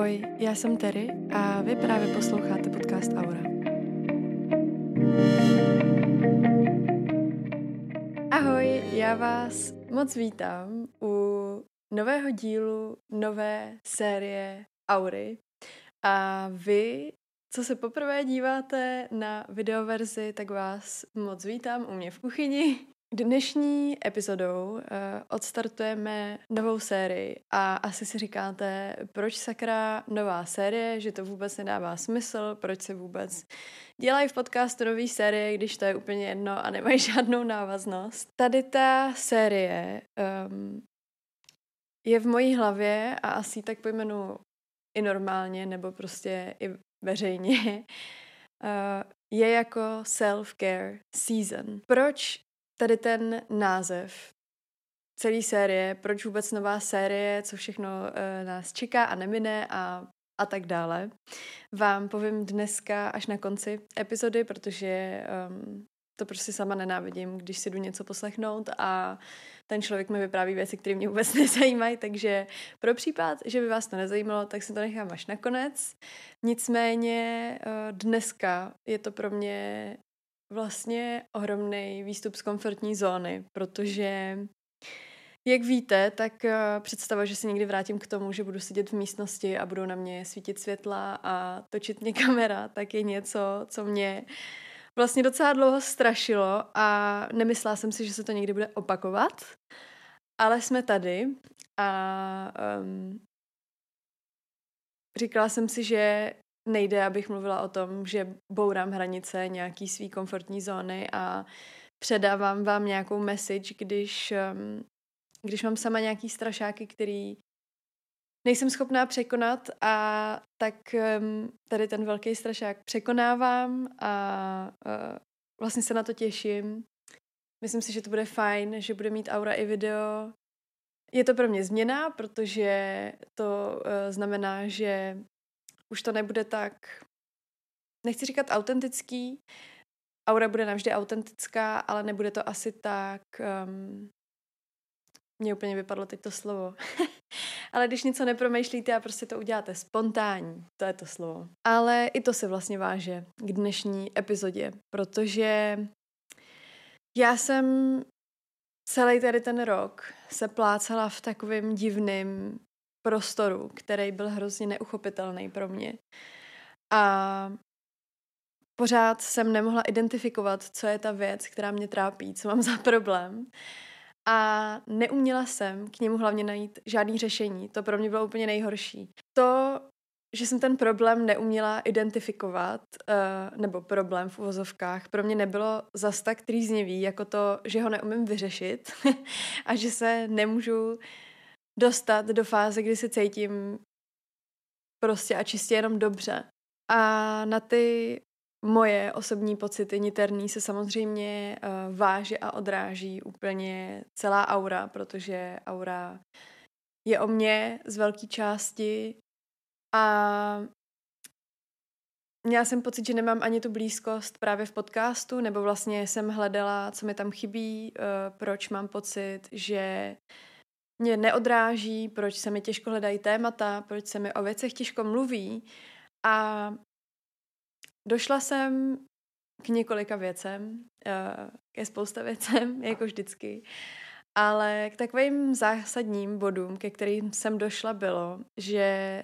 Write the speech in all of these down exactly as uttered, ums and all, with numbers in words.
Ahoj, já jsem Terry a vy právě posloucháte podcast Aura. Ahoj, já vás moc vítám u nového dílu nové série Aury. A vy, co se poprvé díváte na videoverzi, tak vás moc vítám u mě v kuchyni. Dnešní epizodou uh, odstartujeme novou sérii a asi si říkáte, proč sakra nová série, že to vůbec nedává smysl, proč se vůbec dělají v podcastu nový série, když to je úplně jedno a nemají žádnou návaznost. Tady ta série um, je v mojí hlavě a asi tak pojmenu i normálně, nebo prostě i veřejně, uh, je jako self-care season. Proč tady ten název celé série, proč vůbec nová série, co všechno uh, nás čeká a nemine a, a tak dále, vám povím dneska až na konci epizody, protože um, to prostě sama nenávidím, když si jdu něco poslechnout a ten člověk mi vypráví věci, které mě vůbec nezajímají, takže pro případ, že by vás to nezajímalo, tak si to nechám až nakonec. Nicméně dneska je to pro mě vlastně ohromný výstup z komfortní zóny, protože jak víte, tak představa, že se někdy vrátím k tomu, že budu sedět v místnosti a budou na mě svítit světla a točit mě kamera, tak je něco, co mě vlastně docela dlouho strašilo a nemyslela jsem si, že se to někdy bude opakovat, ale jsme tady a um, říkala jsem si, že nejde, abych mluvila o tom, že bourám hranice nějaký svý komfortní zóny a předávám vám nějakou message, když, um, když mám sama nějaký strašáky, který nejsem schopná překonat a tak um, tady ten velký strašák překonávám a uh, vlastně se na to těším. Myslím si, že to bude fajn, že bude mít Aura i video. Je to pro mě změna, protože to uh, znamená, že už to nebude tak, nechci říkat autentický, Aura bude navždy autentická, ale nebude to asi tak, um, mně úplně vypadlo teď to slovo. Ale když něco nepromýšlíte a prostě to uděláte spontánní, to je to slovo. Ale i to se vlastně váže k dnešní epizodě, protože já jsem celý tady ten rok se plácala v takovém divném prostoru, který byl hrozně neuchopitelný pro mě. A pořád jsem nemohla identifikovat, co je ta věc, která mě trápí, co mám za problém. A neuměla jsem k němu hlavně najít žádný řešení. To pro mě bylo úplně nejhorší. To, že jsem ten problém neuměla identifikovat, uh, nebo problém v uvozovkách, pro mě nebylo zas tak trýznivý, jako to, že ho neumím vyřešit a že se nemůžu dostat do fáze, kdy se cítím prostě a čistě jenom dobře. A na ty moje osobní pocity niterný se samozřejmě uh, váže a odráží úplně celá Aura, protože Aura je o mně z velké části a měla jsem pocit, že nemám ani tu blízkost právě v podcastu, nebo vlastně jsem hledala, co mi tam chybí, uh, proč mám pocit, že mě neodráží, proč se mi těžko hledají témata, proč se mi o věcech těžko mluví a došla jsem k několika věcem, ke spousta věcem, jako vždycky, ale k takovým zásadním bodům, ke kterým jsem došla, bylo, že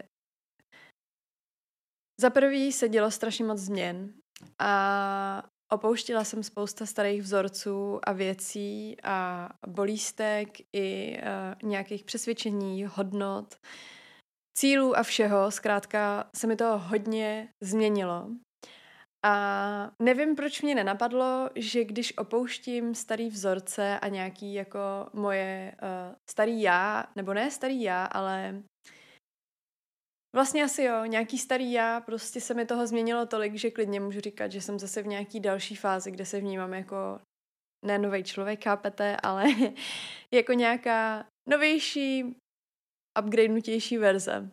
za prvý se dělo strašně moc změn a opouštila jsem spousta starých vzorců a věcí a bolístek i uh, nějakých přesvědčení, hodnot, cílů a všeho. Zkrátka se mi toho hodně změnilo. A nevím, proč mě nenapadlo, že když opouštím starý vzorce a nějaký jako moje uh, starý já, nebo ne starý já, ale vlastně asi jo, nějaký starý já, prostě se mi toho změnilo tolik, že klidně můžu říkat, že jsem zase v nějaký další fázi, kde se vnímám jako ne novej člověk, chápete, ale jako nějaká novější, upgradenutější verze.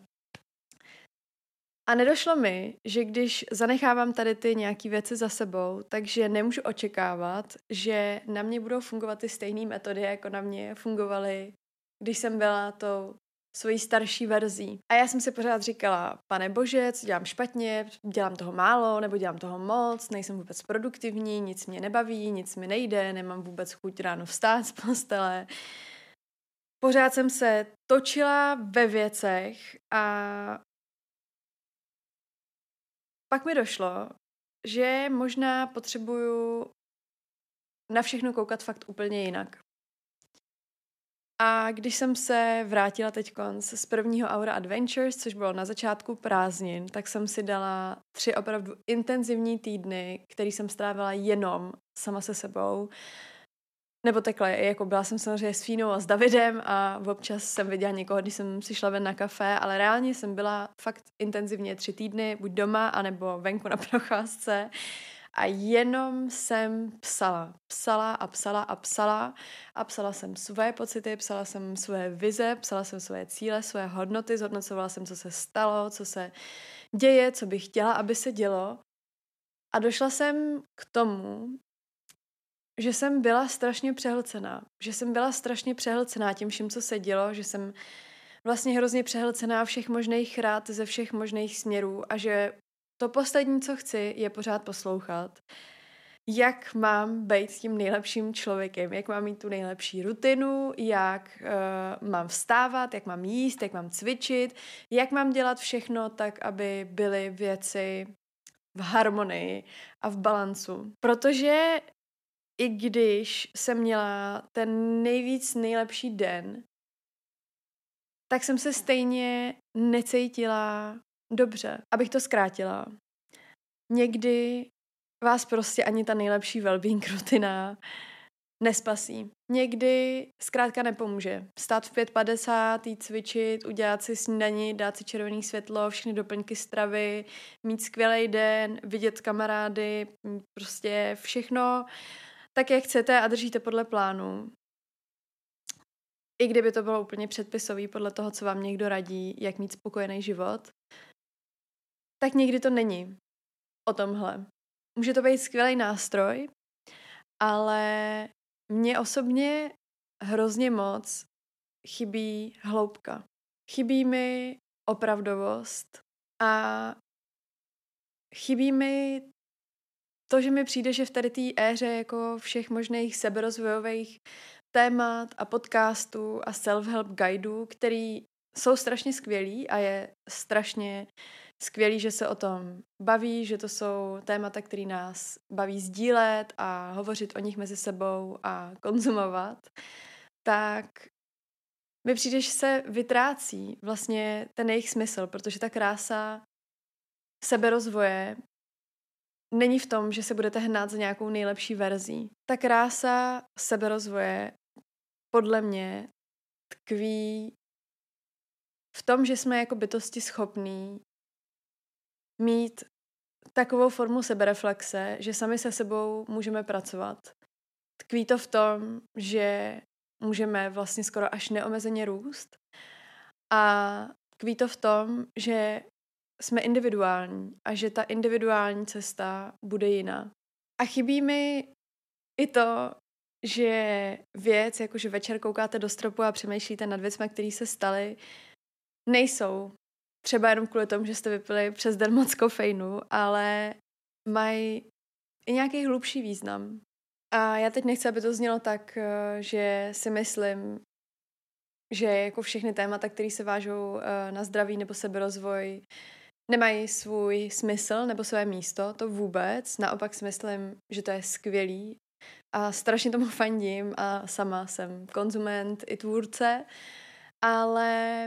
A nedošlo mi, že když zanechávám tady ty nějaký věci za sebou, takže nemůžu očekávat, že na mě budou fungovat ty stejné metody, jako na mě fungovaly, když jsem byla tou svojí starší verzí. A já jsem si pořád říkala, pane bože, co dělám špatně, dělám toho málo, nebo dělám toho moc, nejsem vůbec produktivní, nic mě nebaví, nic mi nejde, nemám vůbec chuť ráno vstát z postele. Pořád jsem se točila ve věcech a pak mi došlo, že možná potřebuju na všechno koukat fakt úplně jinak. A když jsem se vrátila teďkonc z prvního Aura Adventures, což bylo na začátku prázdnin, tak jsem si dala tři opravdu intenzivní týdny, který jsem strávila jenom sama se sebou. Nebo takhle, jako byla jsem samozřejmě s Fínou a s Davidem a občas jsem viděla někoho, když jsem si šla ven na kafe, ale reálně jsem byla fakt intenzivně tři týdny, buď doma, anebo venku na procházce. A jenom jsem psala. Psala a psala a psala. A psala jsem svoje pocity, psala jsem svoje vize, psala jsem svoje cíle, svoje hodnoty, zhodnocovala jsem, co se stalo, co se děje, co bych chtěla, aby se dělo. A došla jsem k tomu, že jsem byla strašně přehlcená. Že jsem byla strašně přehlcená tím vším, co se dělo, že jsem vlastně hrozně přehlcená všech možných rád ze všech možných směrů a že to poslední, co chci, je pořád poslouchat, jak mám být tím nejlepším člověkem, jak mám mít tu nejlepší rutinu, jak uh, mám vstávat, jak mám jíst, jak mám cvičit, jak mám dělat všechno tak, aby byly věci v harmonii a v balancu. Protože i když jsem měla ten nejvíc nejlepší den, tak jsem se stejně necítila dobře. Abych to zkrátila. Někdy vás prostě ani ta nejlepší wellbeing rutina nespasí. Někdy zkrátka nepomůže. Stát v pět padesát, jít cvičit, udělat si snídani, dát si červený světlo, všechny doplňky stravy, mít skvělý den, vidět kamarády, prostě všechno tak, jak chcete a držíte podle plánu. I kdyby to bylo úplně předpisový podle toho, co vám někdo radí, jak mít spokojený život, tak někdy to není o tomhle. Může to být skvělý nástroj, ale mně osobně hrozně moc chybí hloubka. Chybí mi opravdovost a chybí mi to, že mi přijde, že v tady té éře jako všech možných seberozvojových témat a podcastů a self-help guideů, který jsou strašně skvělý a je strašně skvělý, že se o tom baví, že to jsou témata, které nás baví sdílet a hovořit o nich mezi sebou a konzumovat, tak mi přijde, že se vytrácí vlastně ten jejich smysl, protože ta krása seberozvoje není v tom, že se budete hnát za nějakou nejlepší verzí. Ta krása seberozvoje podle mě tkví v tom, že jsme jako bytosti schopní mít takovou formu sebereflexe, že sami se sebou můžeme pracovat. Tkví to v tom, že můžeme vlastně skoro až neomezeně růst a tkví to v tom, že jsme individuální a že ta individuální cesta bude jiná. A chybí mi i to, že věc, jakože večer koukáte do stropu a přemýšlíte nad věcmi, které se staly, nejsou třeba jenom kvůli tomu, že jste vypili přes den moc kofeinu, ale mají i nějaký hlubší význam. A já teď nechci, aby to znělo tak, že si myslím, že jako všechny témata, které se vážou na zdraví nebo seberozvoj, nemají svůj smysl nebo své místo, to vůbec. Naopak si myslím, že to je skvělý a strašně tomu fandím a sama jsem konzument i tvůrce, ale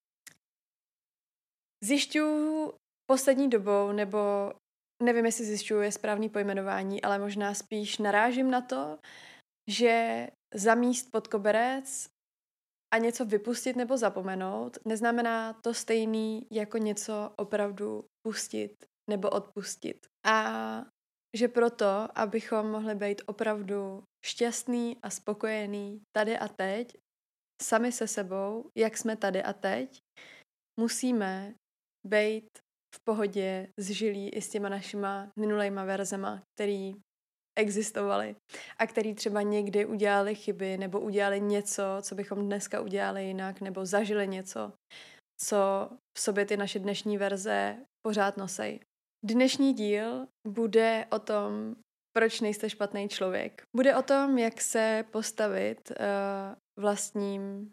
zjišťuju poslední dobou, nebo nevím, jestli zjišťuju je správný pojmenování, ale možná spíš narážím na to, že zamíst pod koberec a něco vypustit nebo zapomenout neznamená to stejný jako něco opravdu pustit nebo odpustit. A že proto, abychom mohli být opravdu šťastný a spokojený tady a teď, sami se sebou, jak jsme tady a teď, musíme být v pohodě zžilí i s těma našima minulejma verzema, který existovali a který třeba někdy udělali chyby nebo udělali něco, co bychom dneska udělali jinak, nebo zažili něco, co v sobě ty naše dnešní verze pořád nosej. Dnešní díl bude o tom, proč nejste špatný člověk. Bude o tom, jak se postavit uh, vlastním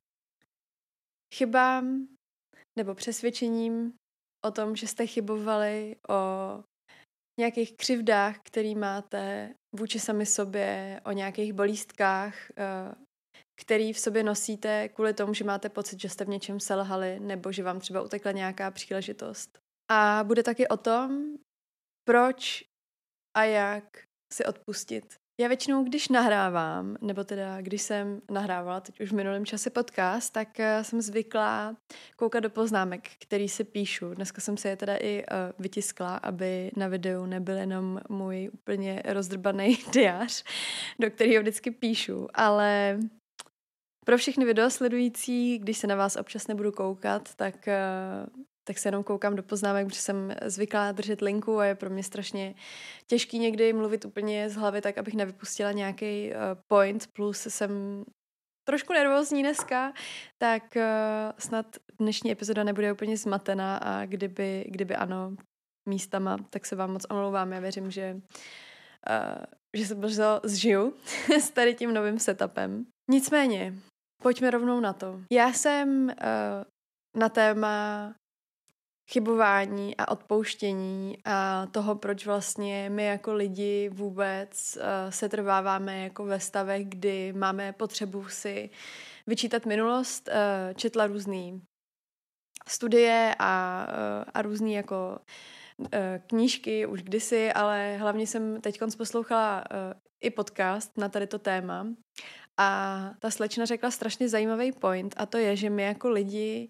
chybám nebo přesvědčením o tom, že jste chybovali, o nějakých křivdách, který máte vůči sami sobě, o nějakých bolístkách, uh, který v sobě nosíte kvůli tomu, že máte pocit, že jste v něčem selhali nebo že vám třeba utekla nějaká příležitost. A bude taky o tom, proč a jak si odpustit. Já většinou, když nahrávám, nebo teda když jsem nahrávala teď už v minulém čase podcast, tak jsem zvyklá koukat do poznámek, který si píšu. Dneska jsem se je teda i uh, vytiskla, aby na videu nebyl jenom můj úplně rozdrbaný diář, do kterého vždycky píšu, ale pro všechny videosledující, když se na vás občas nebudu koukat, tak, tak se jenom koukám do poznámek, protože jsem zvyklá držet linku a je pro mě strašně těžký někdy mluvit úplně z hlavy tak, abych nevypustila nějaký point, plus jsem trošku nervózní dneska, tak snad dnešní epizoda nebude úplně zmatená a kdyby, kdyby ano místama, tak se vám moc omlouvám. Já věřím, že, uh, že se brzo zžiju s tady tím novým setupem. Nicméně, pojďme rovnou na to. Já jsem uh, na téma chybování a odpouštění a toho, proč vlastně my jako lidi vůbec uh, se trváváme jako ve stavech, kdy máme potřebu si vyčítat minulost, uh, četla různý studie a, uh, a různý jako uh, knížky už kdysi, ale hlavně jsem teďkonc poslouchala uh, i podcast na tady to téma. A ta slečna řekla strašně zajímavý point a to je, že my jako lidi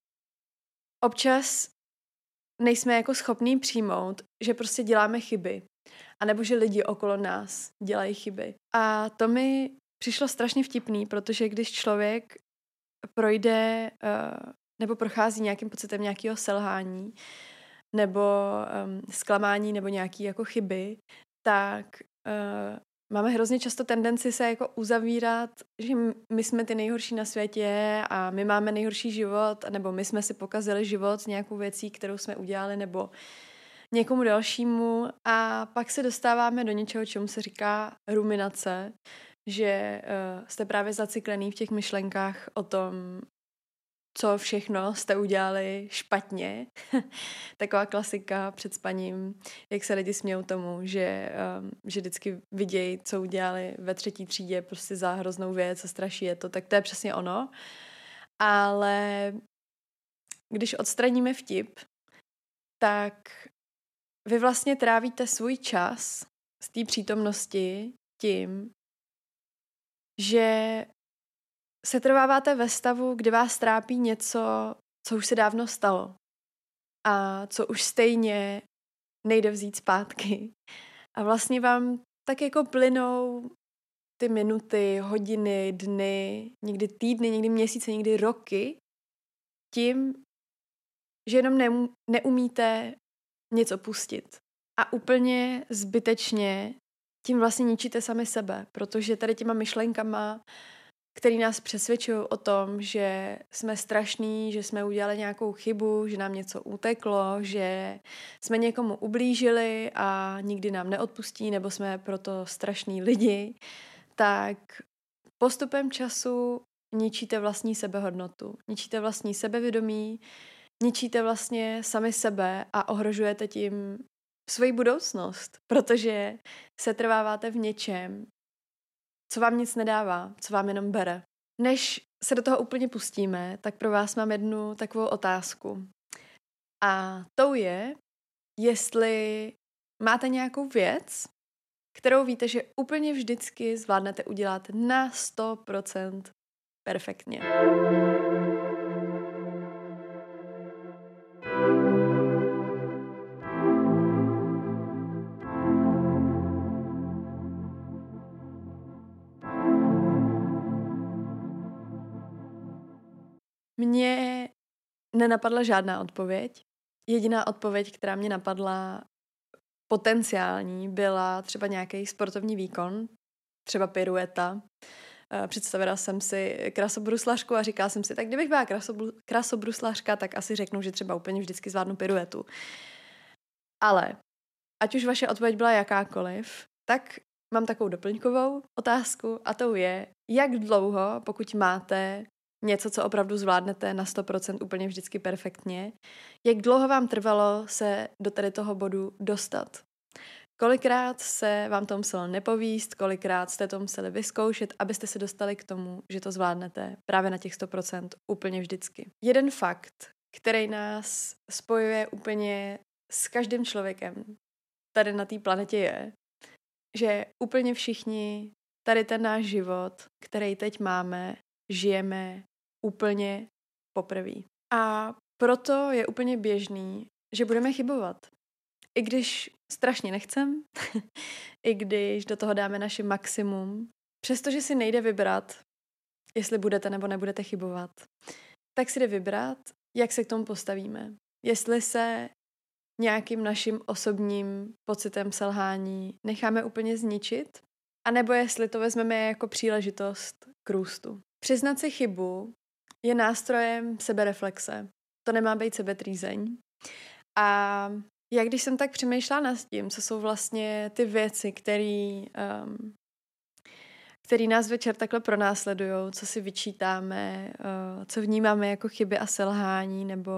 občas nejsme jako schopní přijmout, že prostě děláme chyby. A nebo že lidi okolo nás dělají chyby. A to mi přišlo strašně vtipný, protože když člověk projde uh, nebo prochází nějakým pocitem nějakého selhání nebo um, zklamání nebo nějaký jako chyby, tak uh, máme hrozně často tendenci se jako uzavírat, že my jsme ty nejhorší na světě a my máme nejhorší život, nebo my jsme si pokazili život s nějakou věcí, kterou jsme udělali, nebo někomu dalšímu a pak se dostáváme do něčeho, čemu se říká ruminace, že uh, jste právě zacyklený v těch myšlenkách o tom, co všechno jste udělali špatně. Taková klasika před spaním, jak se lidi smějou tomu, že, um, že vždycky vidějí, co udělali ve třetí třídě, prostě za hroznou věc a straší je to, tak to je přesně ono. Ale když odstraníme vtip, tak vy vlastně trávíte svůj čas z té přítomnosti tím, že se trváváte ve stavu, kdy vás trápí něco, co už se dávno stalo a co už stejně nejde vzít zpátky. A vlastně vám tak jako plynou ty minuty, hodiny, dny, někdy týdny, někdy měsíce, někdy roky tím, že jenom neum, neumíte něco pustit. A úplně zbytečně tím vlastně ničíte sami sebe, protože tady těma myšlenkama, který nás přesvědčují o tom, že jsme strašní, že jsme udělali nějakou chybu, že nám něco uteklo, že jsme někomu ublížili a nikdy nám neodpustí, nebo jsme proto strašní lidi, tak postupem času ničíte vlastní sebehodnotu, ničíte vlastní sebevědomí, ničíte vlastně sami sebe a ohrožujete tím svoji budoucnost, protože se trváváte v něčem, co vám nic nedává, co vám jenom bere. Než se do toho úplně pustíme, tak pro vás mám jednu takovou otázku. A tou je, jestli máte nějakou věc, kterou víte, že úplně vždycky zvládnete udělat na sto procent perfektně. Mně nenapadla žádná odpověď. Jediná odpověď, která mě napadla, potenciální byla třeba nějaký sportovní výkon, třeba pirueta. Představila jsem si krasobruslařku a říkala jsem si, tak kdybych byla krasobru, krasobruslařka, tak asi řeknu, že třeba úplně vždycky zvládnu piruetu. Ale ať už vaše odpověď byla jakákoliv, tak mám takovou doplňkovou otázku a to je, jak dlouho, pokud máte něco, co opravdu zvládnete na sto procent úplně vždycky perfektně, jak dlouho vám trvalo se do tady toho bodu dostat? Kolikrát se vám to muselo nepovíst, kolikrát jste to museli vyzkoušet, abyste se dostali k tomu, že to zvládnete právě na těch sto procent úplně vždycky. Jeden fakt, který nás spojuje úplně s každým člověkem tady na té planetě je, že úplně všichni tady ten náš život, který teď máme, žijeme úplně poprvé. A proto je úplně běžný, že budeme chybovat. I když strašně nechcem, i když do toho dáme naše maximum, přestože si nejde vybrat, jestli budete nebo nebudete chybovat, tak si jde vybrat, jak se k tomu postavíme. Jestli se nějakým naším osobním pocitem selhání necháme úplně zničit, anebo jestli to vezmeme jako příležitost k růstu. Přiznat si chybu je nástrojem sebereflexe. To nemá být sebetrýzeň. A já když jsem tak přemýšlela nad tím, co jsou vlastně ty věci, který, um, který nás večer takhle pronásledujou, co si vyčítáme, uh, co vnímáme jako chyby a selhání, nebo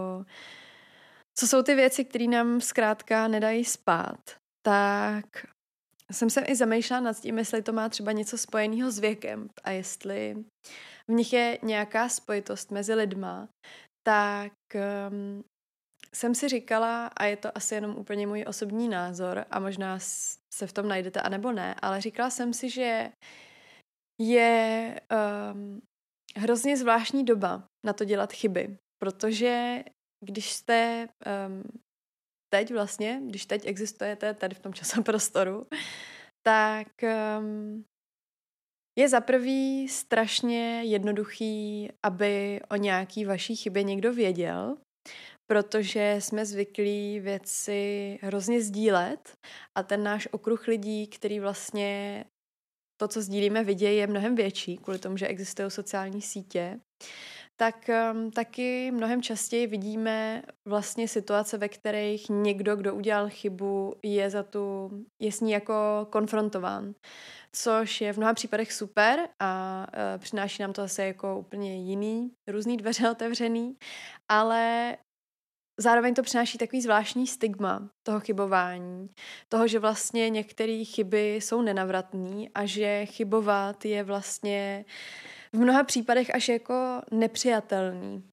co jsou ty věci, které nám zkrátka nedají spát, tak jsem se i zamýšlela nad tím, jestli to má třeba něco spojeného s věkem a jestli v nich je nějaká spojitost mezi lidma, tak um, jsem si říkala, a je to asi jenom úplně můj osobní názor a možná se v tom najdete, anebo ne, ale říkala jsem si, že je um, hrozně zvláštní doba na to dělat chyby, protože když jste um, teď vlastně, když teď existujete tady v tom časoprostoru, tak um, je za prvý strašně jednoduchý, aby o nějaký vaší chybě někdo věděl, protože jsme zvyklí věci hrozně sdílet a ten náš okruh lidí, který vlastně to, co sdílíme, vidějí, je mnohem větší, kvůli tomu, že existují sociální sítě, tak um, taky mnohem častěji vidíme vlastně situace, ve kterých někdo, kdo udělal chybu, je za tu, je s ní jako konfrontován. Což je v mnoha případech super a uh, přináší nám to zase jako úplně jiný, různý dveře otevřený, ale zároveň to přináší takový zvláštní stigma toho chybování, toho, že vlastně některé chyby jsou nenavratné a že chybovat je vlastně v mnoha případech až jako nepřijatelný.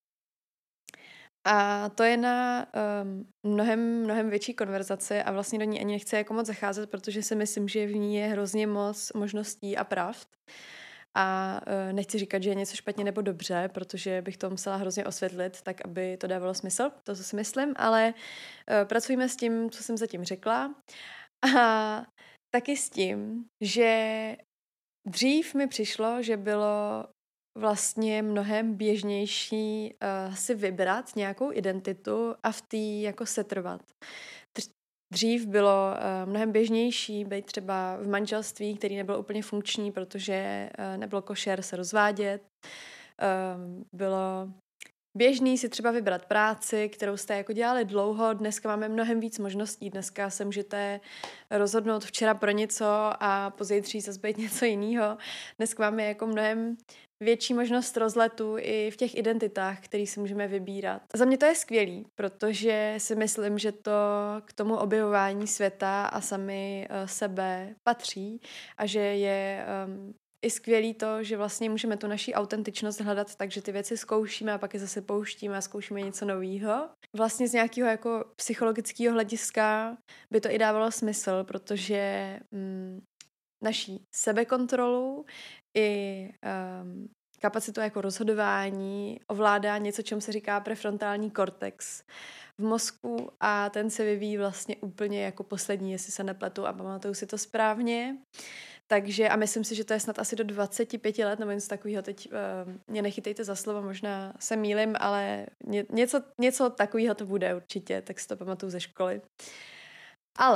A to je na um, mnohem, mnohem větší konverzace a vlastně do ní ani nechci jako moc zacházet, protože si myslím, že v ní je hrozně moc možností a pravd. A uh, nechci říkat, že je něco špatně nebo dobře, protože bych to musela hrozně osvětlit, tak aby to dávalo smysl, to, co si myslím, ale uh, pracujeme s tím, co jsem zatím řekla. A taky s tím, že dřív mi přišlo, že bylo vlastně mnohem běžnější uh, si vybrat nějakou identitu a v té jako setrvat. Dřív bylo uh, mnohem běžnější být třeba v manželství, který nebylo úplně funkční, protože uh, nebylo košer se rozvádět. Uh, bylo běžný si třeba vybrat práci, kterou jste jako dělali dlouho. Dneska máme mnohem víc možností. Dneska se můžete rozhodnout včera pro něco a pozítří zase být něco jiného. Dneska máme jako mnohem větší možnost rozletu i v těch identitách, které si můžeme vybírat. Za mě to je skvělý, protože si myslím, že to k tomu objevování světa a sami uh, sebe patří a že je um, i skvělý to, že vlastně můžeme tu naši autentičnost hledat tak, že ty věci zkoušíme a pak je zase pouštíme a zkoušíme něco nového. Vlastně z nějakého jako psychologického hlediska by to i dávalo smysl, protože mm, naší sebekontrolu i um, kapacitu jako rozhodování ovládá něco, čemu se říká prefrontální kortex v mozku a ten se vyvíjí vlastně úplně jako poslední, jestli se nepletu a pamatuju si to správně. Takže a myslím si, že to je snad asi do dvacet pět let, nebo něco takového, teď uh, mě nechytejte za slovo, možná se mýlim, ale ně, něco, něco takového to bude určitě, tak si to pamatuju ze školy. Ale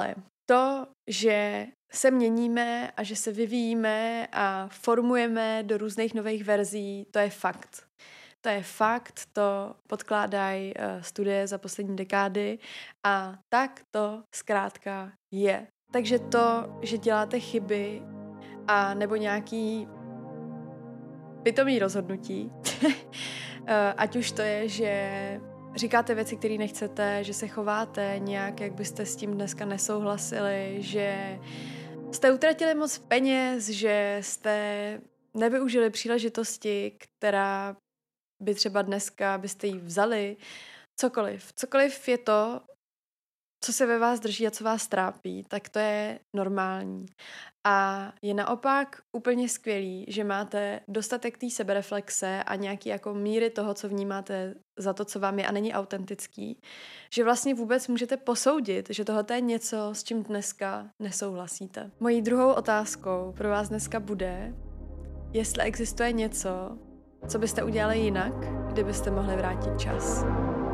To, že se měníme a že se vyvíjíme a formujeme do různých nových verzí, to je fakt. To je fakt, to podkládají uh, studie za poslední dekády a tak to zkrátka je. Takže to, že děláte chyby a nebo nějaký pitomý rozhodnutí, ať už to je, že říkáte věci, které nechcete, že se chováte nějak, jak byste s tím dneska nesouhlasili, že jste utratili moc peněz, že jste nevyužili příležitosti, která by třeba dneska byste jí vzali, cokoliv. Cokoliv je to, co se ve vás drží a co vás trápí, tak to je normální. A je naopak úplně skvělý, že máte dostatek té sebereflexe a nějaký jako míry toho, co vnímáte za to, co vám je a není autentický. Že vlastně vůbec můžete posoudit, že tohle je něco, s čím dneska nesouhlasíte. Mojí druhou otázkou pro vás dneska bude, jestli existuje něco, co byste udělali jinak, kdybyste mohli vrátit čas.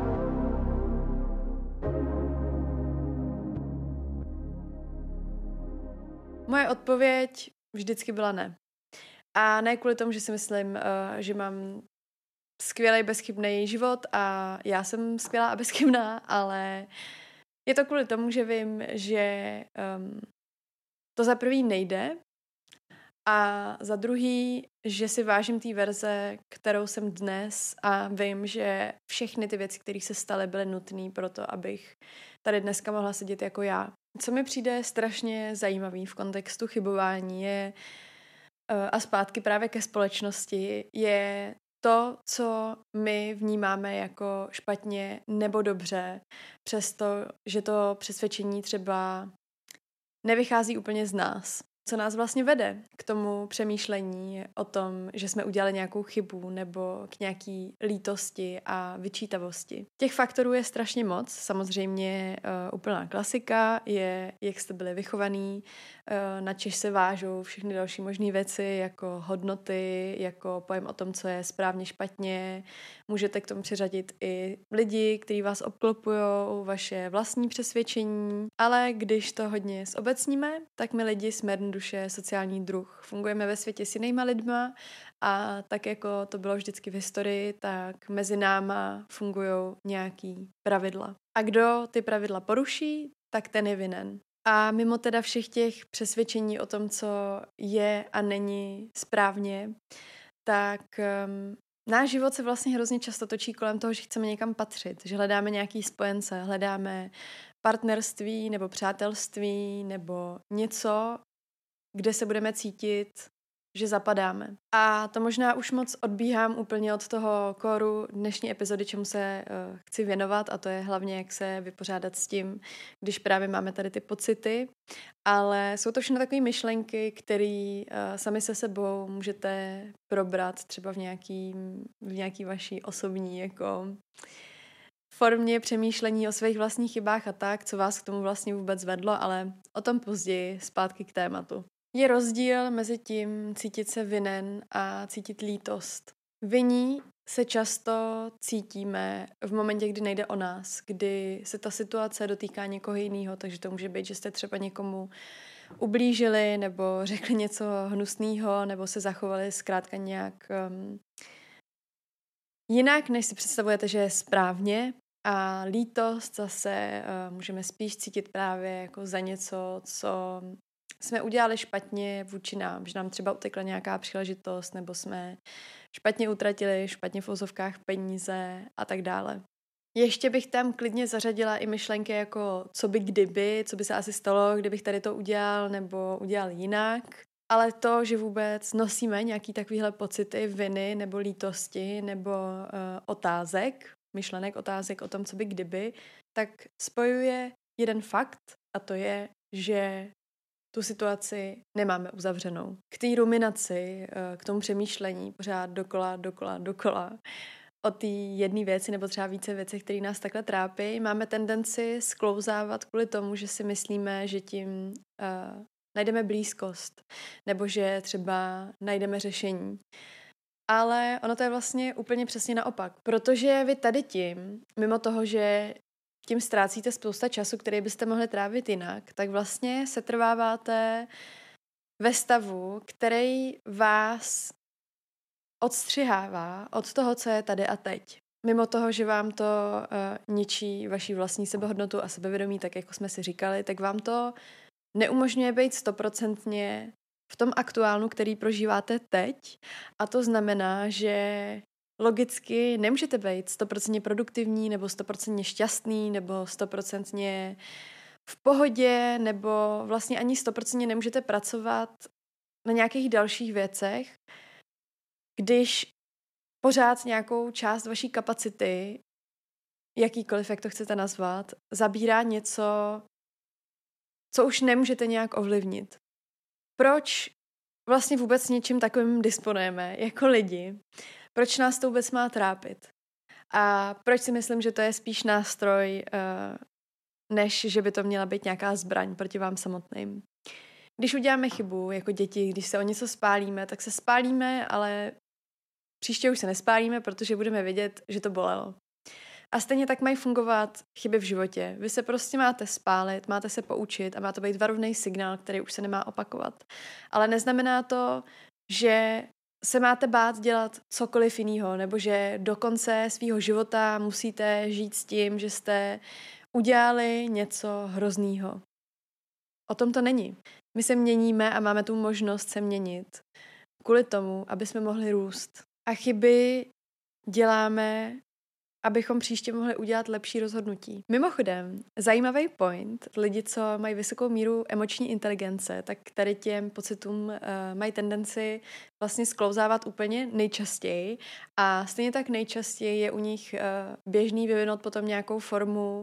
Moje odpověď vždycky byla ne. A ne kvůli tomu, že si myslím, že mám skvělý, bezchybný život a já jsem skvělá a bezchybná, ale je to kvůli tomu, že vím, že um, to za prvý nejde a za druhý, že si vážím té verze, kterou jsem dnes a vím, že všechny ty věci, které se staly, byly nutné pro to, abych tady dneska mohla sedět jako já. Co mi přijde strašně zajímavý v kontextu chybování je a zpátky právě ke společnosti, je to, co my vnímáme jako špatně nebo dobře, přesto, že to přesvědčení třeba nevychází úplně z nás. Co nás vlastně vede k tomu přemýšlení o tom, že jsme udělali nějakou chybu nebo k nějaký lítosti a vyčítavosti. Těch faktorů je strašně moc. Samozřejmě uh, úplná klasika je, jak jste byli vychovaný, uh, na čež se vážou všechny další možné věci, jako hodnoty, jako pojem o tom, co je správně, špatně. Můžete k tomu přiřadit i lidi, kteří vás obklopují, vaše vlastní přesvědčení. Ale když to hodně zobecníme, tak my lidi jsme duše sociální druh. Fungujeme ve světě s jinýma lidma a tak jako to bylo vždycky v historii, tak mezi náma fungují nějaký pravidla. A kdo ty pravidla poruší, tak ten je vinen. A mimo teda všech těch přesvědčení o tom, co je a není správně, tak um, náš život se vlastně hrozně často točí kolem toho, že chceme někam patřit, že hledáme nějaký spojence, hledáme partnerství nebo přátelství nebo něco, kde se budeme cítit, že zapadáme. A to možná už moc odbíhám úplně od toho kóru dnešní epizody, čemu se uh, chci věnovat, a to je hlavně, jak se vypořádat s tím, když právě máme tady ty pocity. Ale jsou to všechno takové myšlenky, které uh, sami se sebou můžete probrat třeba v nějaký, v nějaký vaší osobní jako formě přemýšlení o svých vlastních chybách a tak, co vás k tomu vlastně vůbec vedlo, ale o tom později, zpátky k tématu. Je rozdíl mezi tím cítit se vinen a cítit lítost. Viní se často cítíme v momentě, kdy nejde o nás, kdy se ta situace dotýká někoho jiného, takže to může být, že jste třeba někomu ublížili nebo řekli něco hnusného nebo se zachovali zkrátka nějak um, jinak, než si představujete, že je správně. A lítost zase uh, můžeme spíš cítit právě jako za něco, co jsme udělali špatně vůči nám, že nám třeba utekla nějaká příležitost, nebo jsme špatně utratili, špatně v ozovkách peníze a tak dále. Ještě bych tam klidně zařadila i myšlenky jako co by kdyby, co by se asi stalo, kdybych tady to udělal nebo udělal jinak. Ale to, že vůbec nosíme nějaký takovýhle pocity viny nebo lítosti nebo uh, otázek, myšlenek otázek o tom, co by kdyby, tak spojuje jeden fakt a to je, že tu situaci nemáme uzavřenou. K té ruminaci, k tomu přemýšlení pořád dokola, dokola, dokola o té jedné věci nebo třeba více věcí, které nás takhle trápí, máme tendenci sklouzávat kvůli tomu, že si myslíme, že tím uh, najdeme blízkost nebo že třeba najdeme řešení. Ale ono to je vlastně úplně přesně naopak, protože vy tady tím, mimo toho, že tím ztrácíte spousta času, který byste mohli trávit jinak, tak vlastně se trváváte ve stavu, který vás odstřihává od toho, co je tady a teď. Mimo toho, že vám to uh, ničí vaší vlastní sebehodnotu a sebevědomí, tak jako jsme si říkali, tak vám to neumožňuje být stoprocentně v tom aktuálnu, který prožíváte teď. A to znamená, že logicky nemůžete být stoprocentně produktivní nebo stoprocentně šťastný nebo stoprocentně v pohodě nebo vlastně ani stoprocentně nemůžete pracovat na nějakých dalších věcech, když pořád nějakou část vaší kapacity, jakýkoliv, jak to chcete nazvat, zabírá něco, co už nemůžete nějak ovlivnit. Proč vlastně vůbec něčím takovým disponujeme jako lidi? Proč nás to vůbec má trápit? A proč si myslím, že to je spíš nástroj, než že by to měla být nějaká zbraň proti vám samotným? Když uděláme chybu jako děti, když se o něco spálíme, tak se spálíme, ale příště už se nespálíme, protože budeme vědět, že to bolelo. A stejně tak mají fungovat chyby v životě. Vy se prostě máte spálit, máte se poučit a má to být varovný signál, který už se nemá opakovat. Ale neznamená to, že se máte bát dělat cokoliv jiného, nebo že do konce svýho života musíte žít s tím, že jste udělali něco hroznýho. O tom to není. My se měníme a máme tu možnost se měnit kvůli tomu, aby jsme mohli růst. A chyby děláme, abychom příště mohli udělat lepší rozhodnutí. Mimochodem, zajímavý point, lidi, co mají vysokou míru emoční inteligence, tak tady těm pocitům uh, mají tendenci vlastně sklouzávat úplně nejčastěji a stejně tak nejčastěji je u nich uh, běžný vyvinout potom nějakou formu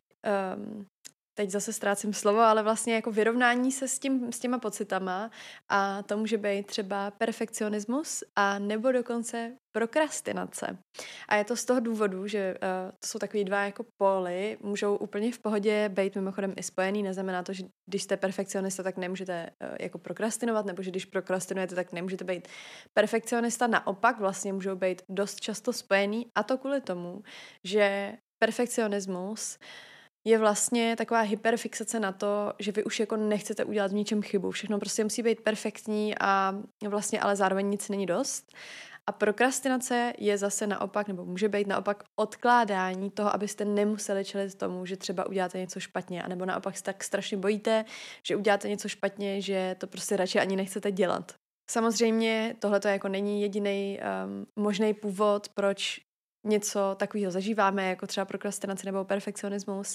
um, teď zase ztrácím slovo, ale vlastně jako vyrovnání se s, tím, s těma pocitama a to může být třeba perfekcionismus a nebo dokonce prokrastinace. A je to z toho důvodu, že uh, to jsou takový dva jako póly, můžou úplně v pohodě být mimochodem i spojený, neznamená to, že když jste perfekcionista, tak nemůžete uh, jako prokrastinovat, nebo že když prokrastinujete, tak nemůžete být perfekcionista, naopak vlastně můžou být dost často spojený a to kvůli tomu, že perfekcionismus je vlastně taková hyperfixace na to, že vy už jako nechcete udělat v ničem chybu. Všechno prostě musí být perfektní a vlastně ale zároveň nic není dost. A prokrastinace je zase naopak, nebo může být naopak odkládání toho, abyste nemuseli čelit tomu, že třeba uděláte něco špatně, anebo naopak se tak strašně bojíte, že uděláte něco špatně, že to prostě radši ani nechcete dělat. Samozřejmě tohle to jako není jediný um, možný původ, proč něco takového zažíváme, jako třeba prokrastinaci nebo perfekcionismus,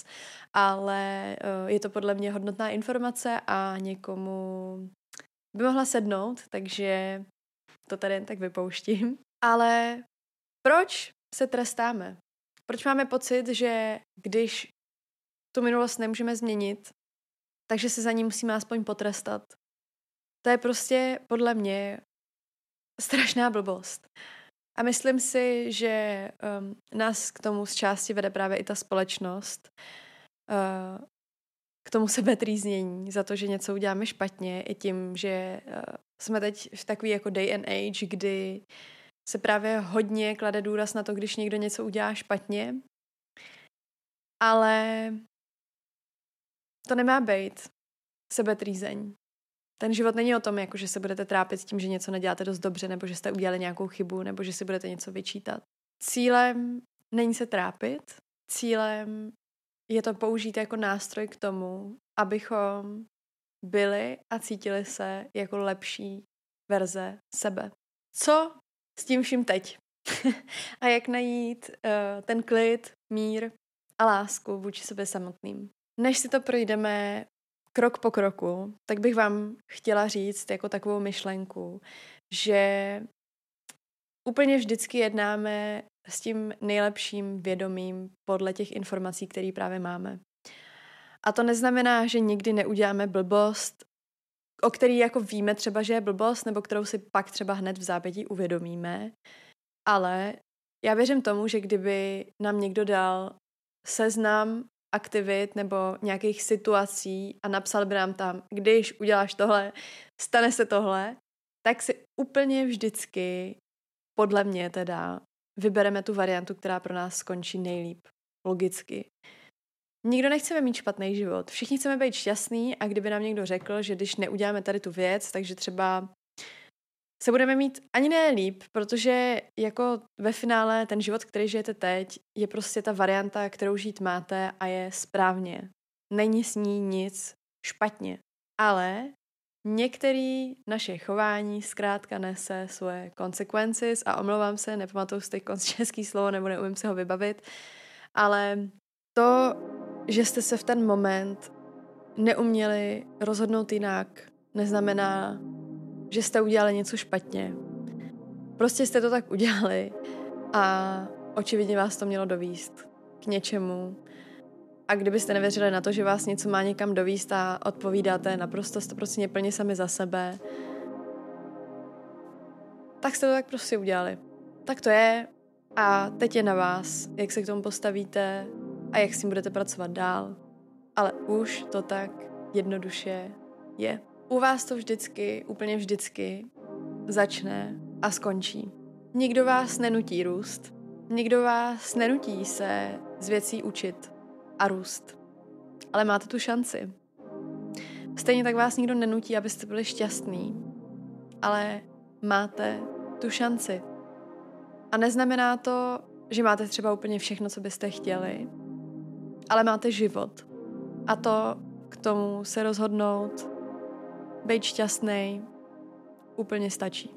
ale uh, je to podle mě hodnotná informace a někomu by mohla sednout, takže to tady jen tak vypouštím. Ale proč se trestáme? Proč máme pocit, že když tu minulost nemůžeme změnit, takže se za ní musíme aspoň potrestat? To je prostě podle mě strašná blbost. A myslím si, že um, nás k tomu z části vede právě i ta společnost, uh, k tomu sebetrýznění za to, že něco uděláme špatně, i tím, že uh, jsme teď v takový jako day and age, kdy se právě hodně klade důraz na to, když někdo něco udělá špatně, ale to nemá být sebetrýzeň. Ten život není o tom, jako že se budete trápit s tím, že něco neděláte dost dobře, nebo že jste udělali nějakou chybu, nebo že si budete něco vyčítat. Cílem není se trápit, cílem je to použít jako nástroj k tomu, abychom byli a cítili se jako lepší verze sebe. Co s tím vším teď? A jak najít uh, ten klid, mír a lásku vůči sobě samotným? Než si to projdeme krok po kroku, tak bych vám chtěla říct jako takovou myšlenku, že úplně vždycky jednáme s tím nejlepším vědomím podle těch informací, které právě máme. A to neznamená, že nikdy neuděláme blbost, o který jako víme třeba, že je blbost, nebo kterou si pak třeba hned v zápětí uvědomíme, ale já věřím tomu, že kdyby nám někdo dal seznam aktivit nebo nějakých situací a napsal by nám tam, když uděláš tohle, stane se tohle, tak si úplně vždycky, podle mě teda, vybereme tu variantu, která pro nás skončí nejlíp, logicky. Nikdo nechceme mít špatný život. Všichni chceme být šťastný a kdyby nám někdo řekl, že když neuděláme tady tu věc, takže třeba se budeme mít ani ne líp, protože jako ve finále ten život, který žijete teď, je prostě ta varianta, kterou žít máte a je správně. Není s ní nic špatně. Ale některé naše chování zkrátka nese svoje consequences a omlouvám se, nepamatuju si teď český slovo nebo neumím se ho vybavit, ale to, že jste se v ten moment neuměli rozhodnout jinak, neznamená, že jste udělali něco špatně. Prostě jste to tak udělali a očividně vás to mělo dovíst k něčemu. A kdybyste nevěřili na to, že vás něco má někam dovíst a odpovídáte naprosto stoprocentně plně sami za sebe, tak jste to tak prostě udělali. Tak to je a teď je na vás, jak se k tomu postavíte a jak s tím budete pracovat dál. Ale už to tak jednoduše je. U vás to vždycky, úplně vždycky začne a skončí. Nikdo vás nenutí růst. Nikdo vás nenutí se z věcí učit a růst. Ale máte tu šanci. Stejně tak vás nikdo nenutí, abyste byli šťastní. Ale máte tu šanci. A neznamená to, že máte třeba úplně všechno, co byste chtěli, ale máte život. A to k tomu se rozhodnout, být šťastný, úplně stačí.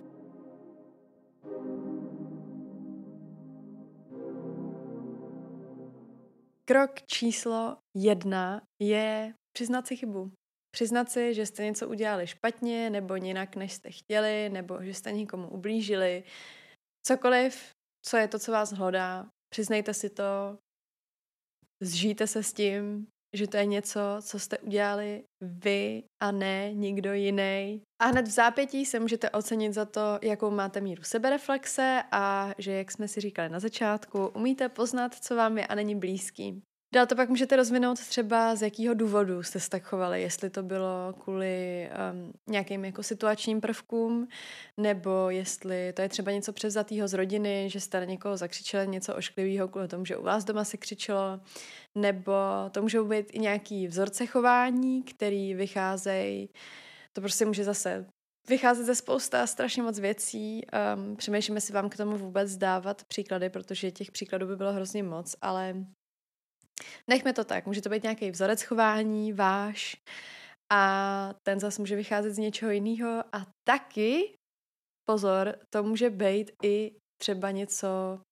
Krok číslo jedna je přiznat si chybu. Přiznat si, že jste něco udělali špatně, nebo jinak, než jste chtěli, nebo že jste někomu ublížili. Cokoliv, co je to, co vás hlodá, přiznejte si to, zžijte se s tím, že to je něco, co jste udělali vy a ne nikdo jiný. A hned v zápětí se můžete ocenit za to, jakou máte míru sebereflexe a že, jak jsme si říkali na začátku, umíte poznat, co vám je a není blízký. Dál to pak můžete rozvinout třeba, z jakého důvodu jste se tak chovali, jestli to bylo kvůli um, nějakým jako situačním prvkům, nebo jestli to je třeba něco převzatého z rodiny, že jste na někoho zakřičeli něco ošklivého kvůli tomu, že u vás doma se křičelo, nebo to můžou být i nějaký vzorce chování, který vycházejí, to prostě může zase vycházet ze spousta strašně moc věcí. Um, přemýšlíme si vám k tomu vůbec dávat příklady, protože těch příkladů by bylo hrozně moc, ale nechme to tak, může to být nějaký vzorec chování, váš a ten zase může vycházet z něčeho jiného a taky, pozor, to může být i třeba něco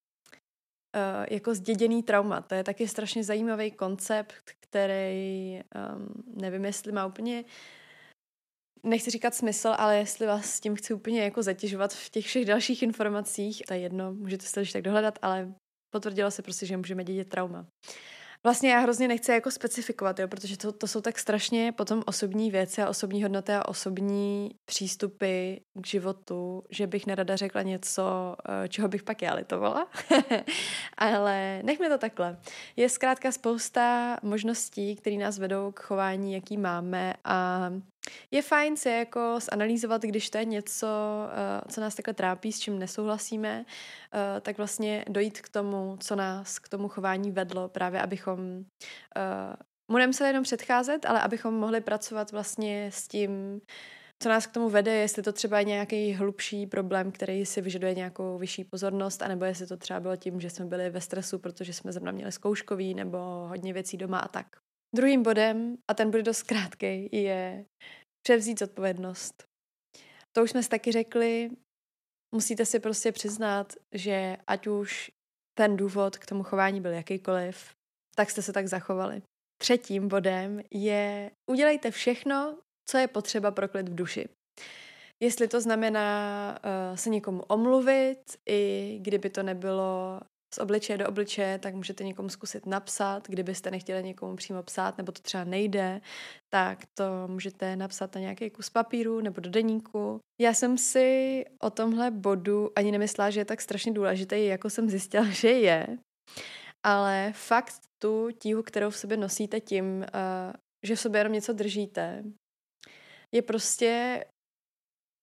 uh, jako zděděný trauma. To je taky strašně zajímavý koncept, který um, nevím, jestli má úplně, nechci říkat smysl, ale jestli vás s tím chci úplně jako zatěžovat v těch všech dalších informacích, to je jedno, můžete se to tak dohledat, ale potvrdilo se prostě, že můžeme dědit trauma. Vlastně já hrozně nechci jako specifikovat, jo, protože to, to jsou tak strašně potom osobní věci a osobní hodnoty a osobní přístupy k životu, že bych nerada řekla něco, čeho bych pak já litovala. Ale nechme to takhle. Je zkrátka spousta možností, které nás vedou k chování, jaký máme a je fajn si jako zanalýzovat, když to je něco, co nás takhle trápí, s čím nesouhlasíme, tak vlastně dojít k tomu, co nás k tomu chování vedlo, právě abychom mu nemuseli jenom předcházet, ale abychom mohli pracovat vlastně s tím, co nás k tomu vede, jestli to třeba je nějaký hlubší problém, který si vyžaduje nějakou vyšší pozornost, anebo jestli to třeba bylo tím, že jsme byli ve stresu, protože jsme zrovna měli zkouškový nebo hodně věcí doma a tak. Druhým bodem, a ten bude dost krátkej, je převzít zodpovědnost. To už jsme si taky řekli, musíte si prostě přiznat, že ať už ten důvod k tomu chování byl jakýkoliv, tak jste se tak zachovali. Třetím bodem je udělejte všechno, co je potřeba pro klid v duši. Jestli to znamená uh, se někomu omluvit, i kdyby to nebylo z obličeje do obličeje, tak můžete někomu zkusit napsat, kdybyste nechtěli někomu přímo psát, nebo to třeba nejde, tak to můžete napsat na nějaký kus papíru nebo do deníku. Já jsem si o tomhle bodu ani nemyslela, že je tak strašně důležitý, jako jsem zjistila, že je, ale fakt tu tíhu, kterou v sobě nosíte tím, uh, že v sobě jenom něco držíte, je prostě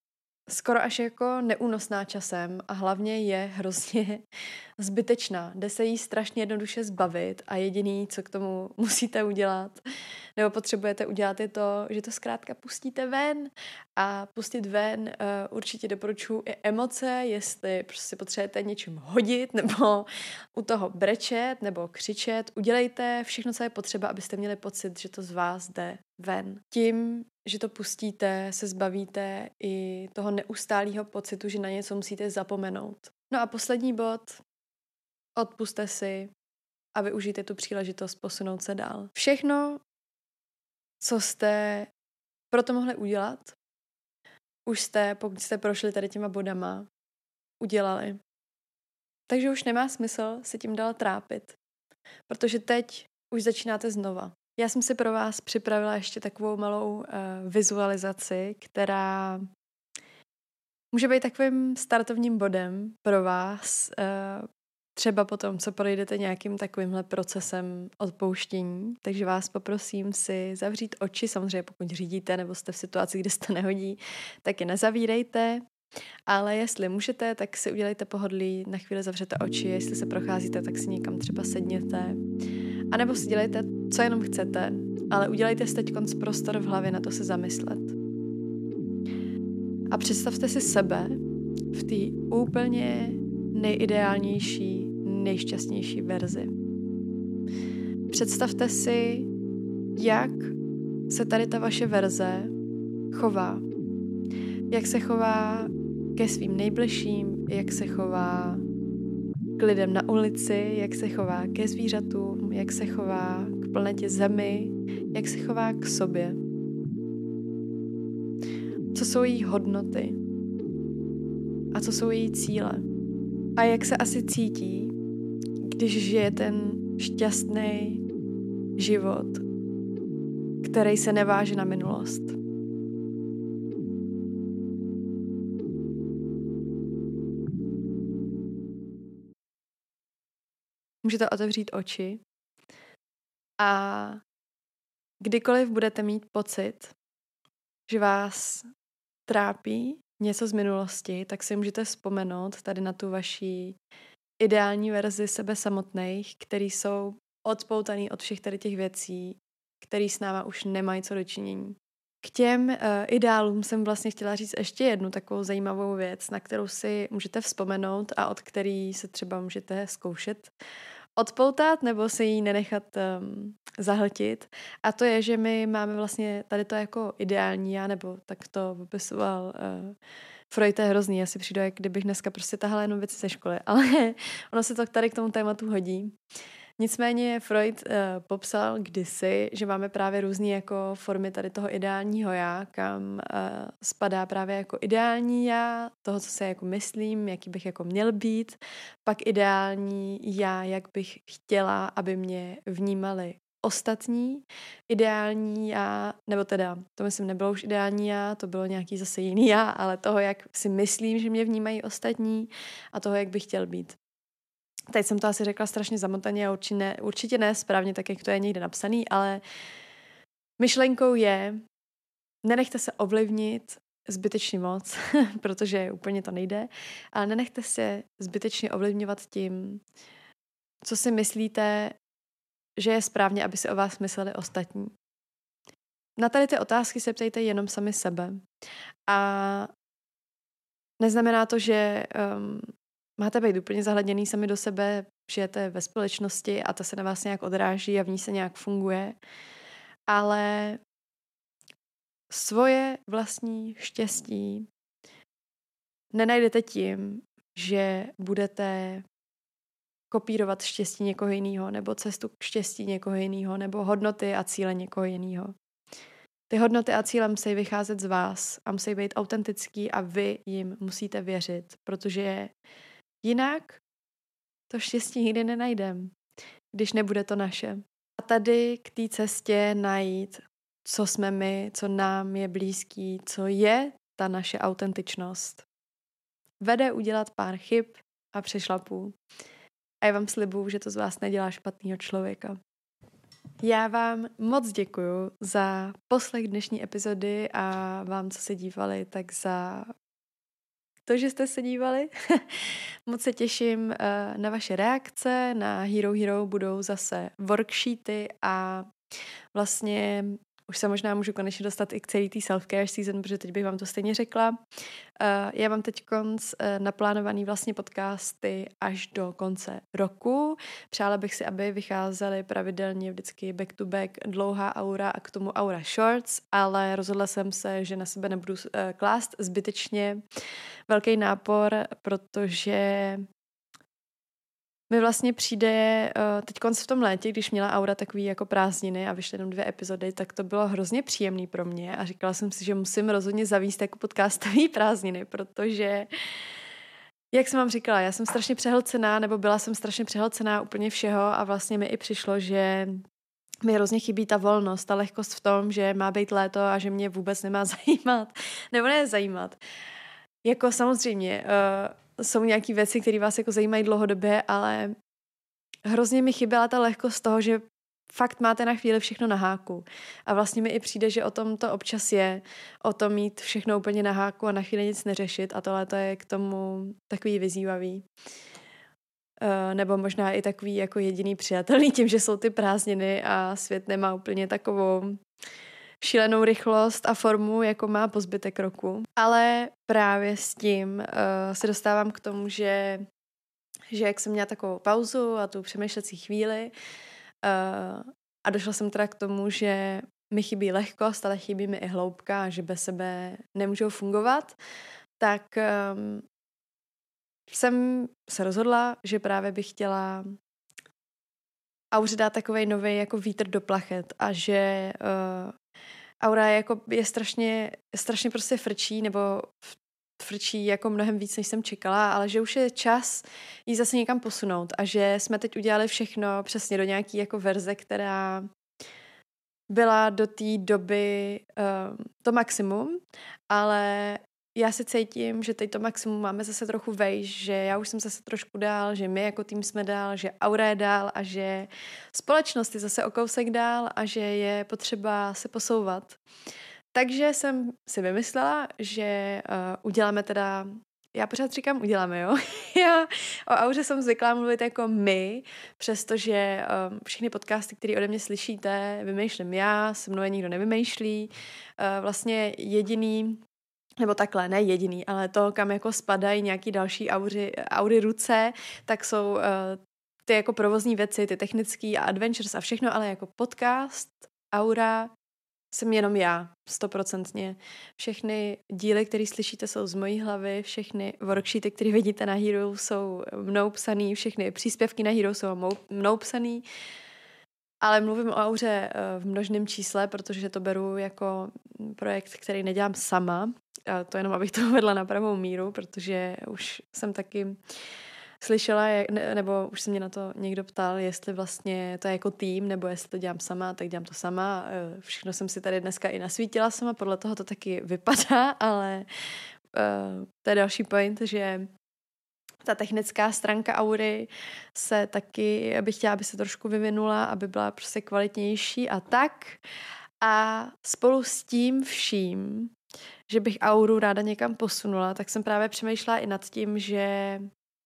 skoro až jako neúnosná časem a hlavně je hrozně zbytečná. Jde se jí strašně jednoduše zbavit a jediný, co k tomu musíte udělat, nebo potřebujete udělat, je to, že to zkrátka pustíte ven a pustit ven uh, určitě doporučuji i emoce, jestli prostě potřebujete něčím hodit nebo u toho brečet nebo křičet, udělejte všechno, co je potřeba, abyste měli pocit, že to z vás jde ven. Tím, že to pustíte, se zbavíte i toho neustálého pocitu, že na něco musíte zapomenout. No a poslední bod, odpuste si a využijte tu příležitost posunout se dál. Všechno, co jste proto mohli udělat, už jste, pokud jste prošli tady těma bodama, udělali. Takže už nemá smysl se tím dál trápit, protože teď už začínáte znova. Já jsem si pro vás připravila ještě takovou malou uh, vizualizaci, která může být takovým startovním bodem pro vás, uh, třeba potom, co projdete nějakým takovýmhle procesem odpouštění. Takže vás poprosím si zavřít oči, samozřejmě pokud řídíte nebo jste v situaci, kde se to nehodí, tak je nezavírejte. Ale jestli můžete, tak si udělejte pohodlí, na chvíli zavřete oči, jestli se procházíte, tak si někam třeba sedněte. A nebo si dělejte, co jenom chcete, ale udělejte si teď prostor v hlavě na to se zamyslet. A představte si sebe v té úplně nejideálnější, nejšťastnější verzi. Představte si, jak se tady ta vaše verze chová. Jak se chová ke svým nejbližším, jak se chová k lidem na ulici, jak se chová ke zvířatům, jak se chová k planetě Zemi, jak se chová k sobě. Co jsou její hodnoty a co jsou její cíle. A jak se asi cítí, když žije ten šťastný život, který se neváže na minulost. Můžete otevřít oči a kdykoliv budete mít pocit, že vás trápí něco z minulosti, tak si můžete vzpomenout tady na tu vaši ideální verzi sebe samotných, který jsou odpoutaný od všech tady těch věcí, který s náma už nemají co dočinění. K těm uh, ideálům jsem vlastně chtěla říct ještě jednu takovou zajímavou věc, na kterou si můžete vzpomenout a od který se třeba můžete zkoušet odpoutat nebo si ji nenechat um, zahltit. A to je, že my máme vlastně tady to jako ideální já, nebo tak to popisoval uh, Freud, je hrozný, já si přijdu, jak kdybych dneska prostě tahala jenom věci ze školy, ale ono se to tady k tomu tématu hodí. Nicméně Freud uh, popsal kdysi, že máme právě různé jako formy tady toho ideálního já, kam uh, spadá právě jako ideální já, toho, co se jako myslím, jaký bych jako měl být, pak ideální já, jak bych chtěla, aby mě vnímali ostatní, ideální já, nebo teda, to myslím nebylo už ideální já, to bylo nějaký zase jiný já, ale toho, jak si myslím, že mě vnímají ostatní a toho, jak bych chtěl být. Teď jsem to asi řekla strašně zamotaně a určitě ne, určitě ne správně, tak jak to je někde napsaný, ale myšlenkou je, nenechte se ovlivnit zbytečně moc, protože úplně to nejde, ale nenechte se zbytečně ovlivňovat tím, co si myslíte, že je správně, aby si o vás mysleli ostatní. Na tady ty otázky se ptejte jenom sami sebe. A neznamená to, že um, máte být úplně zahledněný sami do sebe, žijete ve společnosti a ta se na vás nějak odráží a v ní se nějak funguje, ale svoje vlastní štěstí nenajdete tím, že budete kopírovat štěstí někoho jiného, nebo cestu k štěstí někoho jiného, nebo hodnoty a cíle někoho jiného. Ty hodnoty a cíle musí vycházet z vás a musí být autentický a vy jim musíte věřit, protože jinak to štěstí nikdy nenajdem, když nebude to naše. A tady k té cestě najít, co jsme my, co nám je blízký, co je ta naše autentičnost. Vede udělat pár chyb a přešlapů. A já vám slibuju, že to z vás nedělá špatného člověka. Já vám moc děkuju za poslech dnešní epizody a vám, co se dívali, tak za to, že jste se dívali. Moc se těším uh, na vaše reakce. Na Hero Hero budou zase worksheety a vlastně už se možná můžu konečně dostat i k celý tý self-care season, protože teď bych vám to stejně řekla. Uh, já mám teď konc uh, naplánovaný vlastně podcasty až do konce roku. Přála bych si, aby vycházely pravidelně vždycky back to back dlouhá aura a k tomu aura shorts, ale rozhodla jsem se, že na sebe nebudu uh, klást zbytečně velký nápor, protože mi vlastně přijde uh, teď konc v tom létě, když měla aura takový jako prázdniny a vyšly jenom dvě epizody, tak to bylo hrozně příjemný pro mě a říkala jsem si, že musím rozhodně zavíst jako podcastový prázdniny, protože jak jsem vám říkala, já jsem strašně přehlcená, nebo byla jsem strašně přehlcená úplně všeho a vlastně mi i přišlo, že mi hrozně chybí ta volnost, ta lehkost v tom, že má být léto a že mě vůbec nemá zajímat, nebo ne zajímat. Jako samozřejmě, uh, jsou nějaké věci, které vás jako zajímají dlouhodobě, ale hrozně mi chyběla ta lehkost toho, že fakt máte na chvíli všechno na háku. A vlastně mi i přijde, že o tom to občas je, o tom mít všechno úplně na háku a na chvíli nic neřešit a tohle to je k tomu takový vyzývavý. Uh, nebo možná i takový jako jediný přijatelný tím, že jsou ty prázdniny a svět nemá úplně takovou šílenou rychlost a formu, jako má po zbytek roku. Ale právě s tím uh, se dostávám k tomu, že, že jak jsem měla takovou pauzu a tu přemýšlecí chvíli uh, a došla jsem teda k tomu, že mi chybí lehkost, ale chybí mi i hloubka, že bez sebe nemůžou fungovat, tak um, jsem se rozhodla, že právě bych chtěla Auře dát takovej novej jako vítr do plachet a že uh, Aura je, jako, je strašně, strašně prostě frčí, nebo frčí jako mnohem víc, než jsem čekala, ale že už je čas jí zase někam posunout a že jsme teď udělali všechno přesně do nějaký jako verze, která byla do té doby uh, to maximum, ale já se cítím, že teď to maximum máme zase trochu vejš, že já už jsem zase trošku dál, že my jako tým jsme dál, že Aura je dál a že společnost je zase o kousek dál a že je potřeba se posouvat. Takže jsem si vymyslela, že uh, uděláme teda, já pořád říkám uděláme, jo. Já o Auře jsem zvyklá mluvit jako my, přestože um, všechny podcasty, které ode mě slyšíte, vymýšlím já, se mnou je nikdo nevymýšlí. Uh, vlastně jediný nebo takhle, ne jediný, ale to, kam jako spadají nějaký další aury, aury ruce, tak jsou uh, ty jako provozní věci, ty technický a adventures a všechno, ale jako podcast, aura, jsem jenom já, stoprocentně. Všechny díly, které slyšíte, jsou z mojí hlavy, všechny worksheety, které vidíte na Hero, jsou mnou psaný, všechny příspěvky na Hero jsou mnou psaný, ale mluvím o Auře v množném čísle, protože to beru jako projekt, který nedělám sama. A to jenom, abych to uvedla na pravou míru, protože už jsem taky slyšela, nebo už se mě na to někdo ptal, jestli vlastně to je jako tým, nebo jestli to dělám sama, tak dělám to sama. Všechno jsem si tady dneska i nasvítila sama, podle toho to taky vypadá, ale uh, to je další point, že ta technická stránka Aury se taky, bych chtěla, aby se trošku vyvinula, aby byla prostě kvalitnější a tak. A spolu s tím vším, že bych Auru ráda někam posunula, tak jsem právě přemýšlela i nad tím, že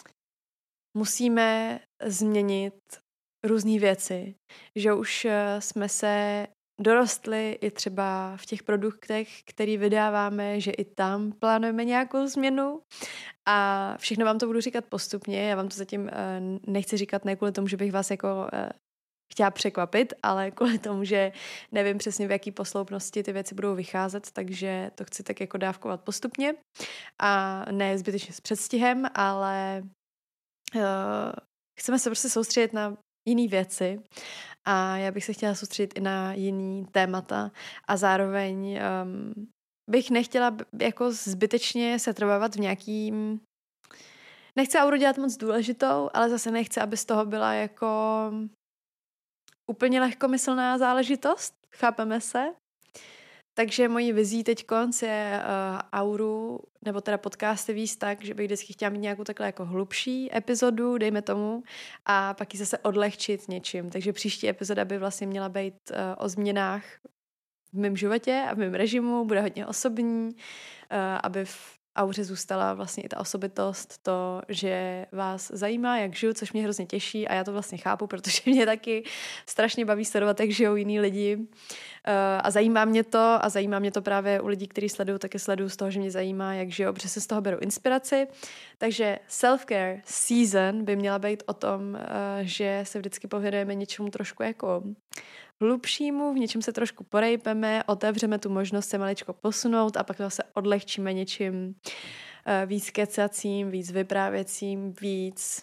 musíme změnit různé věci. Že už jsme se dorostli i třeba v těch produktech, který vydáváme, že i tam plánujeme nějakou změnu a všechno vám to budu říkat postupně. Já vám to zatím uh, nechci říkat ne kvůli tomu, že bych vás jako uh, chtěla překvapit, ale kvůli tomu, že nevím přesně, v jaký posloupnosti ty věci budou vycházet, takže to chci tak jako dávkovat postupně a ne zbytečně s předstihem, ale uh, chceme se prostě soustředit na jiný věci a já bych se chtěla soustředit i na jiný témata a zároveň um, bych nechtěla jako zbytečně se trvávat v nějakým. Nechci Auru dělat moc důležitou, ale zase nechci, aby z toho byla jako úplně lehkomyslná záležitost, chápeme se. Takže mojí vizí teď konc je uh, Auru, nebo teda podcasty víc tak, že bych vždycky chtěla mít nějakou takhle jako hlubší epizodu, dejme tomu, a pak ji zase odlehčit něčím. Takže příští epizoda by vlastně měla být uh, o změnách v mém životě a v mém režimu, bude hodně osobní, uh, aby, v, auře zůstala vlastně i ta osobitost, to, že vás zajímá, jak žiju, což mě hrozně těší a já to vlastně chápu, protože mě taky strašně baví sledovat, jak žijou jiní lidi uh, a zajímá mě to a zajímá mě to právě u lidí, kteří sleduju, taky sleduju z toho, že mě zajímá, jak žijou, protože se z toho beru inspiraci. Takže self-care season by měla být o tom, uh, že se vždycky pověnujeme něčemu trošku jako hlubšímu, v něčem se trošku porejpeme, otevřeme tu možnost se maličko posunout a pak zase odlehčíme něčím uh, víc kecacím, víc vyprávěcím, víc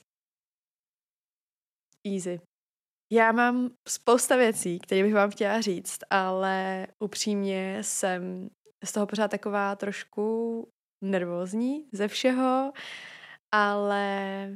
easy. Já mám spousta věcí, které bych vám chtěla říct, ale upřímně jsem z toho pořád taková trošku nervózní ze všeho, ale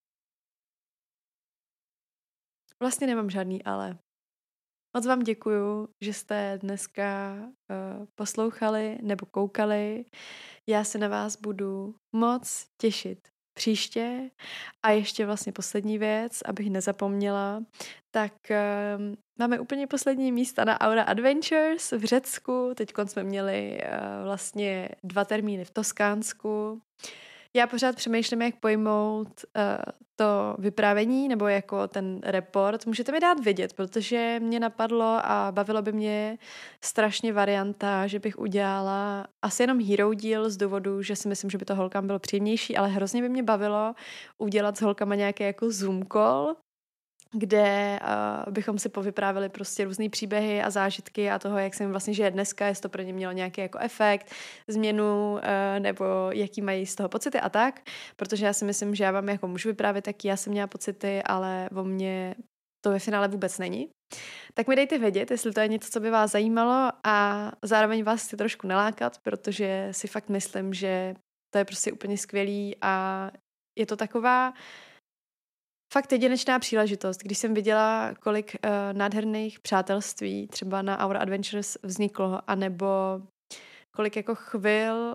vlastně nemám žádný ale. Moc vám děkuju, že jste dneska uh, poslouchali nebo koukali. Já se na vás budu moc těšit příště. A ještě vlastně poslední věc, abych nezapomněla, tak uh, máme úplně poslední místa na Aura Adventures v Řecku. Teď jsme měli uh, vlastně dva termíny v Toskánsku. Já pořád přemýšlím, jak pojmout uh, to vyprávění nebo jako ten report. Můžete mi dát vědět, protože mě napadlo a bavilo by mě strašně varianta, že bych udělala asi jenom hero díl z důvodu, že si myslím, že by to holkám bylo příjemnější, ale hrozně by mě bavilo udělat s holkama nějaký jako Zoom call, kde uh, bychom si povyprávili prostě různý příběhy a zážitky a toho, jak jsem vlastně žije dneska, jestli to pro ně mělo nějaký jako efekt, změnu, uh, nebo jaký mají z toho pocity a tak, protože já si myslím, že já vám jako můžu vyprávět, jaký já jsem měla pocity, ale o mně to ve finále vůbec není. Tak mi dejte vědět, jestli to je něco, co by vás zajímalo a zároveň vás chci trošku nalákat, protože si fakt myslím, že to je prostě úplně skvělý a je to taková fakt jedinečná příležitost, když jsem viděla, kolik uh, nádherných přátelství třeba na Aura Adventures vzniklo, anebo kolik jako chvil,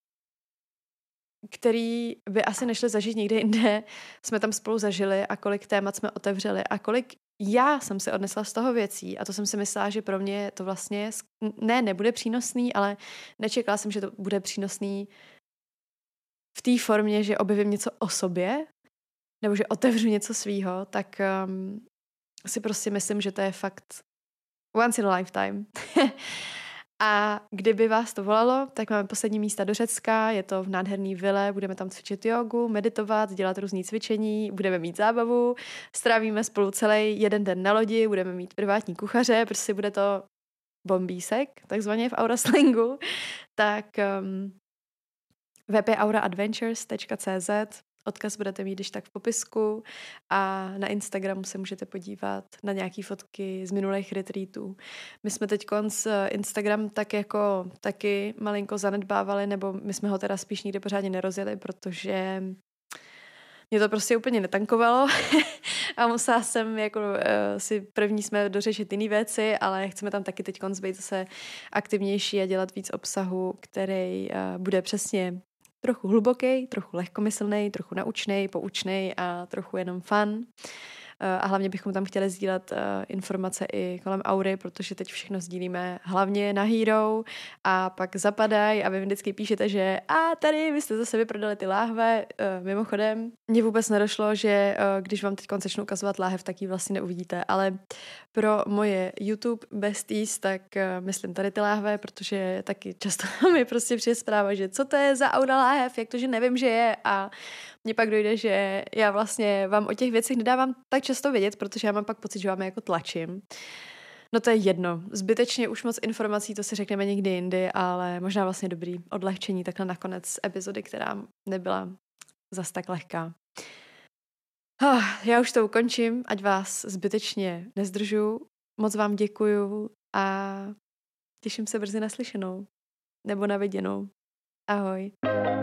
který by asi nešli zažít nikde jinde, jsme tam spolu zažili a kolik témat jsme otevřeli a kolik já jsem si odnesla z toho věcí a to jsem si myslela, že pro mě to vlastně ne, nebude přínosný, ale nečekala jsem, že to bude přínosný v té formě, že objevím něco o sobě, nebo že otevřu něco svýho, tak um, si prostě myslím, že to je fakt once in a lifetime. A kdyby vás to volalo, tak máme poslední místa do Řecka, je to v nádherný vile, budeme tam cvičit jogu, meditovat, dělat různý cvičení, budeme mít zábavu, strávíme spolu celý jeden den na lodi, budeme mít privátní kuchaře, prostě bude to bombísek, takzvaně v aura slangu, tak um, web je aura adventures tečka cé zet, odkaz budete mít když tak v popisku a na Instagramu se můžete podívat na nějaký fotky z minulých retreatů. My jsme teď konc Instagram tak jako taky malinko zanedbávali, nebo my jsme ho teda spíš nikdy pořádně nerozjeli, protože mě to prostě úplně netankovalo a musela jsem jako uh, si první jsme dořešit jiné věci, ale chceme tam taky teď konc být zase aktivnější a dělat víc obsahu, který uh, bude přesně trochu hluboký, trochu lehkomyslný, trochu naučný, poučný a trochu jenom fun. A hlavně bychom tam chtěli sdílet uh, informace i kolem aury, protože teď všechno sdílíme hlavně na Hero a pak zapadají a vy vždycky píšete, že a tady vy jste zase vyprodali ty láhve. Uh, mimochodem, mně vůbec nedošlo, že uh, když vám teď začnu ukazovat láhev, tak ji vlastně neuvidíte, ale pro moje YouTube besties, tak uh, myslím tady ty láhve, protože taky často mi prostě přijde zpráva, že co to je za aura láhev, jak to, že nevím, že je a mně pak dojde, že já vlastně vám o těch věcech nedávám tak často vědět, protože já mám pak pocit, že vám je jako tlačím. No to je jedno. Zbytečně už moc informací, to si řekneme někdy jindy, ale možná vlastně dobrý odlehčení takhle nakonec epizody, která nebyla zas tak lehká. Oh, já už to ukončím, ať vás zbytečně nezdržu. Moc vám děkuju a těším se brzy na slyšenou. Nebo na viděnou. Ahoj.